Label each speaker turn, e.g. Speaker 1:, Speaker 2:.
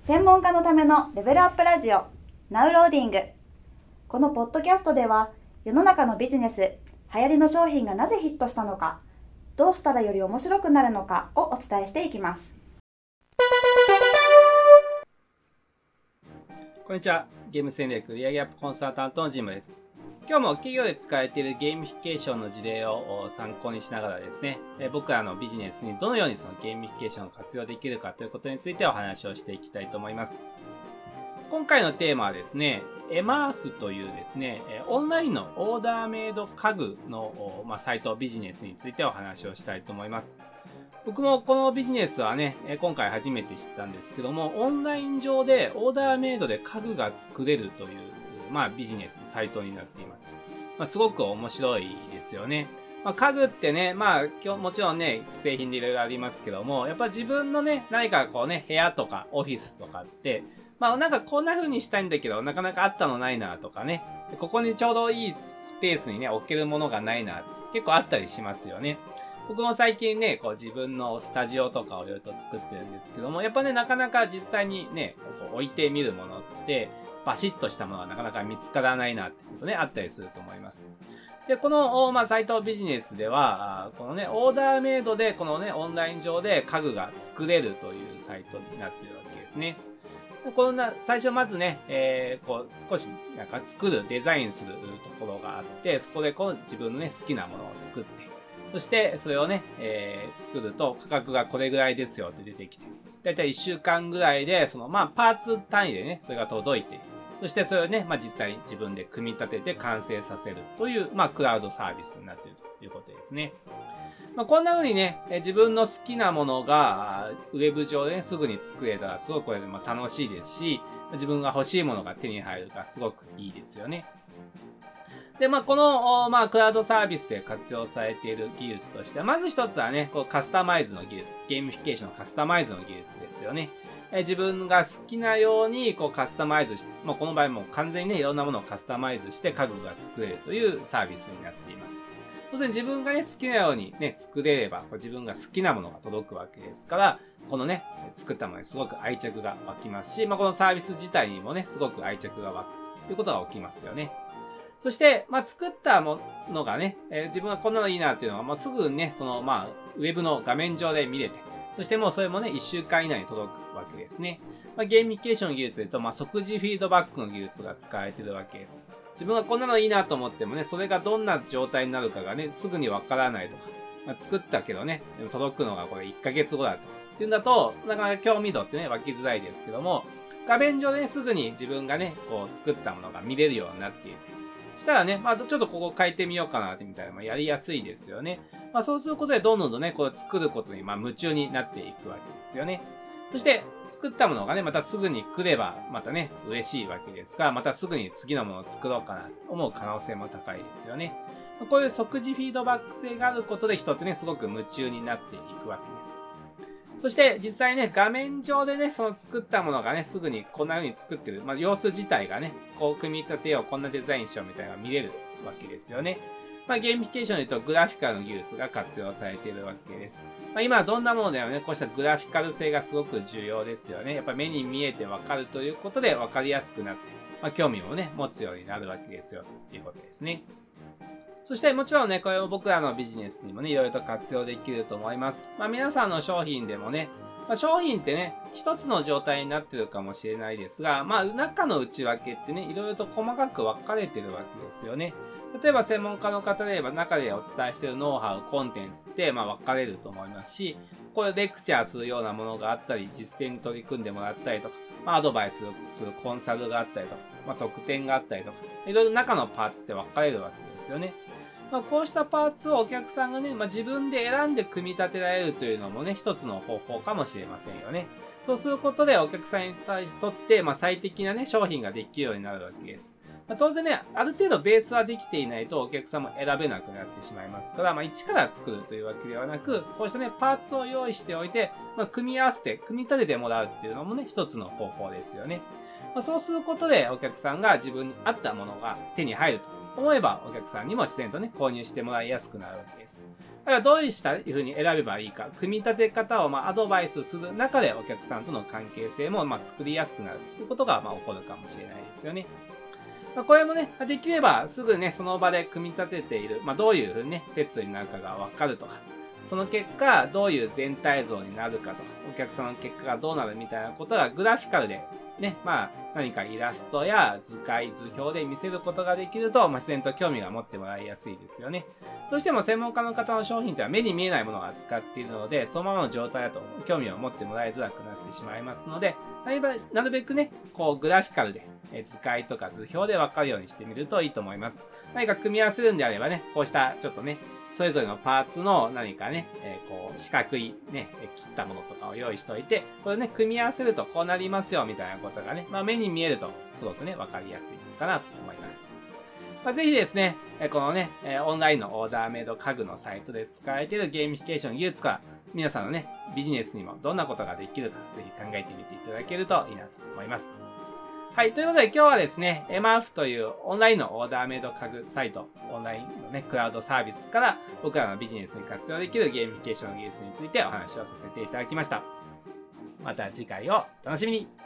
Speaker 1: 専門家のためのレベルアップラジオナウローディング。このポッドキャストでは世の中のビジネス、流行りの商品がなぜヒットしたのか、どうしたらより面白くなるのかをお伝えしていきます。
Speaker 2: こんにちは。ゲーム戦略売上アップコンサルタントのジムです。今日も企業で使えているゲーミフィケーションの事例を参考にしながらですね、僕らのビジネスにどのようにそのゲーミフィケーションを活用できるかということについてお話をしていきたいと思います。今回のテーマはですね、エマーフというですね、オンラインのオーダーメイド家具のサイトビジネスについてお話をしたいと思います。僕もこのビジネスはね、今回初めて知ったんですけども、オンライン上でオーダーメイドで家具が作れるというビジネスのサイトになっています。すごく面白いですよね。家具ってね、今日もちろんね、製品でいろいろありますけども、やっぱ自分のね、何かこうね、部屋とかオフィスとかって、なんかこんな風にしたいんだけど、なかなかあったのないなとかね、ここにちょうどいいスペースにね、置けるものがないな、結構あったりしますよね。僕も最近ね、こう自分のスタジオとかをいろいろと作ってるんですけども、やっぱね、なかなか実際にね、こう置いてみるものって、バシッとしたものがなかなか見つからないなってことね、あったりすると思います。で、この、サイトビジネスでは、このね、オーダーメイドで、このね、オンライン上で家具が作れるというサイトになっているわけですね。こんな、最初まずね、こう、少しなんか作る、デザインするところがあって、そこでこう自分のね、好きなものを作って、そしてそれをね、作ると価格がこれぐらいですよって出てきて、だいたい1週間ぐらいで、そのパーツ単位でね、それが届いて、そしてそれをね、実際に自分で組み立てて完成させるという、クラウドサービスになっているということですね。こんな風にね、自分の好きなものがウェブ上でね、すぐに作れたらすごくこれで楽しいですし、自分が欲しいものが手に入るからすごくいいですよね。で、この、クラウドサービスで活用されている技術としては、まず一つはね、こうカスタマイズの技術、ゲーミフィケーションのカスタマイズの技術ですよね。自分が好きなようにこうカスタマイズして、この場合も完全にね、いろんなものをカスタマイズして家具が作れるというサービスになっています。当然自分がね、好きなようにね、作れれば、自分が好きなものが届くわけですから、このね、作ったものにすごく愛着が湧きますし、このサービス自体にもね、すごく愛着が湧くということが起きますよね。そして、作ったものがね、自分はこんなのいいなっていうのは、もうすぐね、その、ウェブの画面上で見れて、そしてもうそれもね、1週間以内に届くわけですね。ゲーミフィケーションの技術で言うと、即時フィードバックの技術が使われているわけです。自分がこんなのいいなと思ってもね、それがどんな状態になるかがね、すぐにわからないとか、作ったけどね、でも届くのがこれ1ヶ月後だと。っていうんだと、なかなか興味度ってね、湧きづらいですけども、画面上で、ね、すぐに自分がね、こう作ったものが見れるようになっていて、したらね、ちょっとここ変えてみようかなってみたいな、やりやすいですよね。そうすることでどんどんね、こう作ることに夢中になっていくわけですよね。そして、作ったものがね、またすぐに来れば、またね、嬉しいわけですが、またすぐに次のものを作ろうかなと思う可能性も高いですよね。こういう即時フィードバック性があることで人ってね、すごく夢中になっていくわけです。そして実際ね、画面上でね、その作ったものがね、すぐにこんな風に作ってる、様子自体がね、こう組み立てよう、こんなデザインしようみたいなのが見れるわけですよね。ゲーミフィケーションで言うとグラフィカルの技術が活用されているわけです。今はどんなものでもね、こうしたグラフィカル性がすごく重要ですよね。やっぱ目に見えてわかるということでわかりやすくなって、興味をね、持つようになるわけですよ、ということですね。そしてもちろんね、これを僕らのビジネスにもね、いろいろと活用できると思います。皆さんの商品でもね、商品ってね、一つの状態になってるかもしれないですが、中の内訳ってね、いろいろと細かく分かれてるわけですよね。例えば専門家の方で言えば中でお伝えしているノウハウ、コンテンツって分かれると思いますし、これレクチャーするようなものがあったり、実践に取り組んでもらったりとか、アドバイスするコンサルがあったりとか、特典があったりとか、いろいろ中のパーツって分かれるわけですよね。こうしたパーツをお客さんがね、自分で選んで組み立てられるというのもね、一つの方法かもしれませんよね。そうすることでお客さんにとって、最適なね、商品ができるようになるわけです。当然ね、ある程度ベースはできていないとお客さんも選べなくなってしまいますから、一から作るというわけではなく、こうしたね、パーツを用意しておいて、組み合わせて、組み立ててもらうっていうのもね、一つの方法ですよね。そうすることでお客さんが自分に合ったものが手に入ると思えば、お客さんにも自然とね、購入してもらいやすくなるわけです。 だからどういう風に選べばいいか、組み立て方をアドバイスする中でお客さんとの関係性も作りやすくなるということが起こるかもしれないですよね。これもね、できればすぐね、その場で組み立てている、どういう風にね、セットになるかがわかるとか、その結果、どういう全体像になるかとか、お客さんの結果がどうなるみたいなことがグラフィカルで、ね、何かイラストや図解、図表で見せることができると、自然と興味が持ってもらいやすいですよね。どうしても専門家の方の商品っては目に見えないものを扱っているので、そのままの状態だと興味を持ってもらいづらくなってしまいますので、なるべくね、グラフィカルで、図解とか図表でわかるようにしてみるといいと思います。何か組み合わせるんであればね、こうしたちょっとね、それぞれのパーツの何かね、四角いね、切ったものとかを用意しておいて、これね、組み合わせるとこうなりますよ、みたいなことがね、目に見えるとすごくね、わかりやすいかなと思います。ぜひですね、このね、オンラインのオーダーメイド家具のサイトで使えているゲーミフィケーション技術から、皆さんのね、ビジネスにもどんなことができるか、ぜひ考えてみていただけるといいなと思います。はい。ということで今日はですね、MRF というオンラインのオーダーメイド家具サイト、オンラインのね、クラウドサービスから僕らのビジネスに活用できるゲーミフィケーションの技術についてお話をさせていただきました。また次回を楽しみに。